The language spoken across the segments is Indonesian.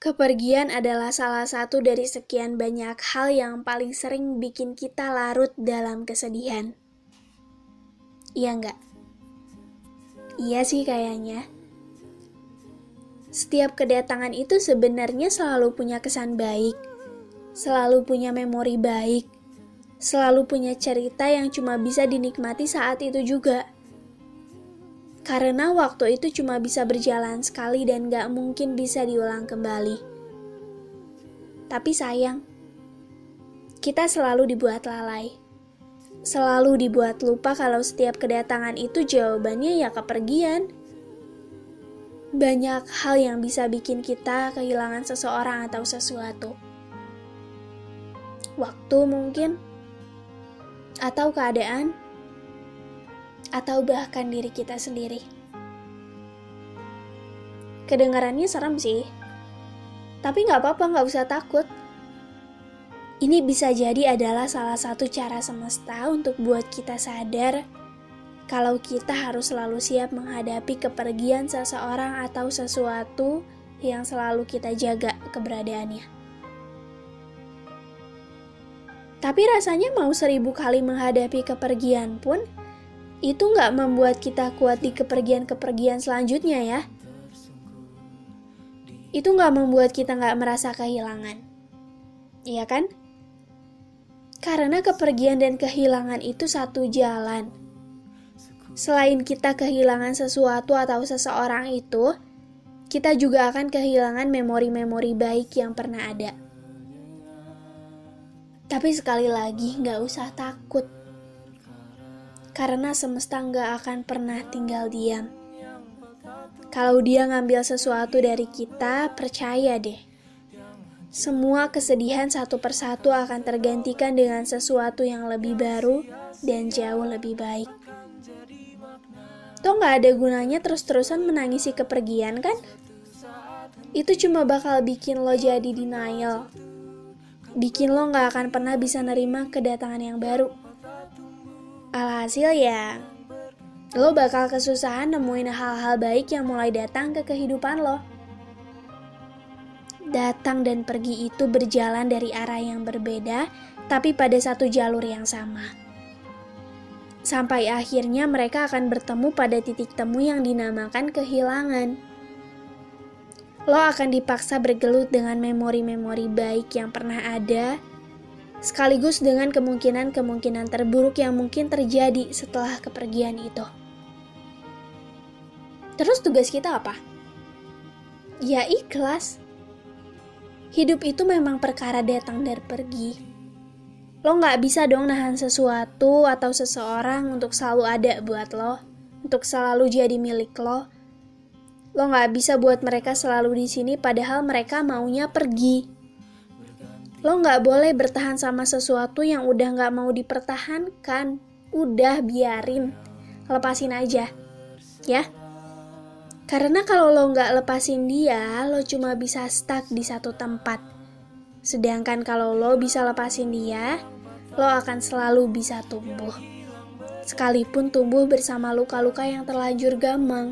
Kepergian adalah salah satu dari sekian banyak hal yang paling sering bikin kita larut dalam kesedihan. Iya nggak? Iya sih kayaknya. Setiap kedatangan itu sebenarnya selalu punya kesan baik, selalu punya memori baik, selalu punya cerita yang cuma bisa dinikmati saat itu juga. Karena waktu itu cuma bisa berjalan sekali dan gak mungkin bisa diulang kembali. Tapi sayang, kita selalu dibuat lalai. Selalu dibuat lupa kalau setiap kedatangan itu jawabannya ya kepergian. Banyak hal yang bisa bikin kita kehilangan seseorang atau sesuatu. Waktu mungkin, atau keadaan, atau bahkan diri kita sendiri. Kedengarannya serem sih, tapi gak apa-apa, gak usah takut. Ini bisa jadi adalah salah satu cara semesta untuk buat kita sadar kalau kita harus selalu siap menghadapi kepergian seseorang atau sesuatu yang selalu kita jaga keberadaannya. Tapi rasanya mau 1000 kali menghadapi kepergian pun, itu gak membuat kita kuat di kepergian-kepergian selanjutnya ya. Itu gak membuat kita gak merasa kehilangan. Iya kan? Karena kepergian dan kehilangan itu satu jalan. Selain kita kehilangan sesuatu atau seseorang itu, kita juga akan kehilangan memori-memori baik yang pernah ada. Tapi sekali lagi, gak usah takut. Karena semesta gak akan pernah tinggal diam. Kalau dia ngambil sesuatu dari kita, percaya deh. Semua kesedihan satu persatu akan tergantikan dengan sesuatu yang lebih baru dan jauh lebih baik. Toh gak ada gunanya terus-terusan menangisi kepergian kan? Itu cuma bakal bikin lo jadi denial. Bikin lo gak akan pernah bisa nerima kedatangan yang baru. Alhasil ya, lo bakal kesusahan nemuin hal-hal baik yang mulai datang ke kehidupan lo. Datang dan pergi itu berjalan dari arah yang berbeda, tapi pada satu jalur yang sama. Sampai akhirnya mereka akan bertemu pada titik temu yang dinamakan kehilangan. Lo akan dipaksa bergelut dengan memori-memori baik yang pernah ada, sekaligus dengan kemungkinan-kemungkinan terburuk yang mungkin terjadi setelah kepergian itu. Terus tugas kita apa? Ya ikhlas. Hidup itu memang perkara datang dan pergi. Lo gak bisa dong nahan sesuatu atau seseorang untuk selalu ada buat lo, untuk selalu jadi milik lo. Lo gak bisa buat mereka selalu di sini padahal mereka maunya pergi. Lo gak boleh bertahan sama sesuatu yang udah gak mau dipertahankan. Udah biarin, lepasin aja, ya. Karena kalau lo gak lepasin dia, lo cuma bisa stuck di satu tempat. Sedangkan kalau lo bisa lepasin dia, lo akan selalu bisa tumbuh. Sekalipun tumbuh bersama luka-luka yang terlanjur gamang.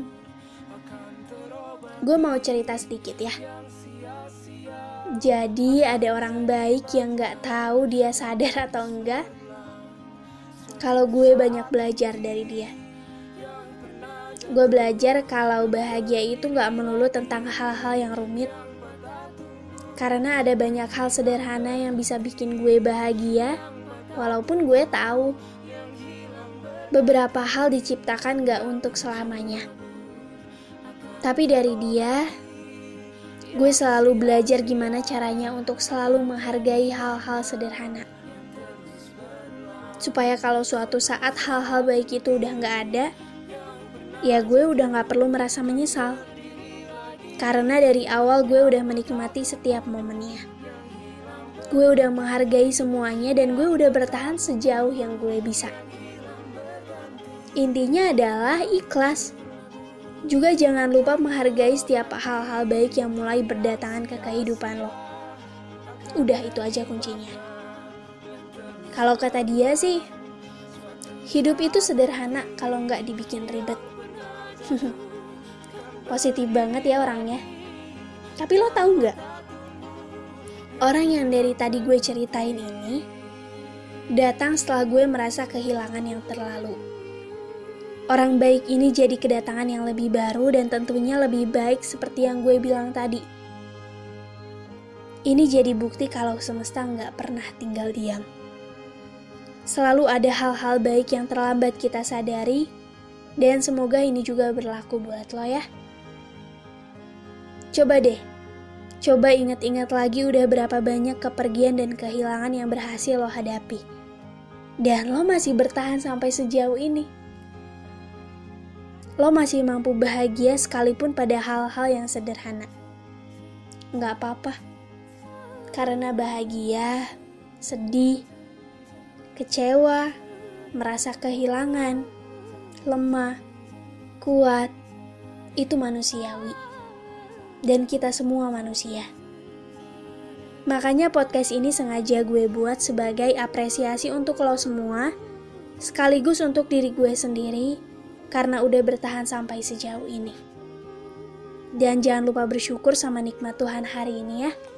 Gue mau cerita sedikit ya. Jadi ada orang baik yang gak tahu dia sadar atau enggak, kalau gue banyak belajar dari dia. Gue belajar kalau bahagia itu gak melulu tentang hal-hal yang rumit. Karena ada banyak hal sederhana yang bisa bikin gue bahagia, walaupun gue tahu beberapa hal diciptakan gak untuk selamanya. Tapi dari dia, gue selalu belajar gimana caranya untuk selalu menghargai hal-hal sederhana. Supaya kalau suatu saat hal-hal baik itu udah gak ada, ya gue udah gak perlu merasa menyesal. Karena dari awal gue udah menikmati setiap momennya. Gue udah menghargai semuanya dan gue udah bertahan sejauh yang gue bisa. Intinya adalah ikhlas. Juga jangan lupa menghargai setiap hal-hal baik yang mulai berdatangan ke kehidupan lo. Udah itu aja kuncinya. Kalau kata dia sih, hidup itu sederhana kalau nggak dibikin ribet. Positif banget ya orangnya. Tapi lo tahu nggak? Orang yang dari tadi gue ceritain ini datang setelah gue merasa kehilangan yang terlalu. Orang baik ini jadi kedatangan yang lebih baru dan tentunya lebih baik seperti yang gue bilang tadi. Ini jadi bukti kalau semesta nggak pernah tinggal diam. Selalu ada hal-hal baik yang terlambat kita sadari, dan semoga ini juga berlaku buat lo ya. Coba deh, coba ingat-ingat lagi udah berapa banyak kepergian dan kehilangan yang berhasil lo hadapi. Dan lo masih bertahan sampai sejauh ini. Lo masih mampu bahagia sekalipun pada hal-hal yang sederhana. Nggak apa-apa. Karena bahagia, sedih, kecewa, merasa kehilangan, lemah, kuat, itu manusiawi. Dan kita semua manusia. Makanya podcast ini sengaja gue buat sebagai apresiasi untuk lo semua, sekaligus untuk diri gue sendiri, karena udah bertahan sampai sejauh ini. Dan jangan lupa bersyukur sama nikmat Tuhan hari ini ya.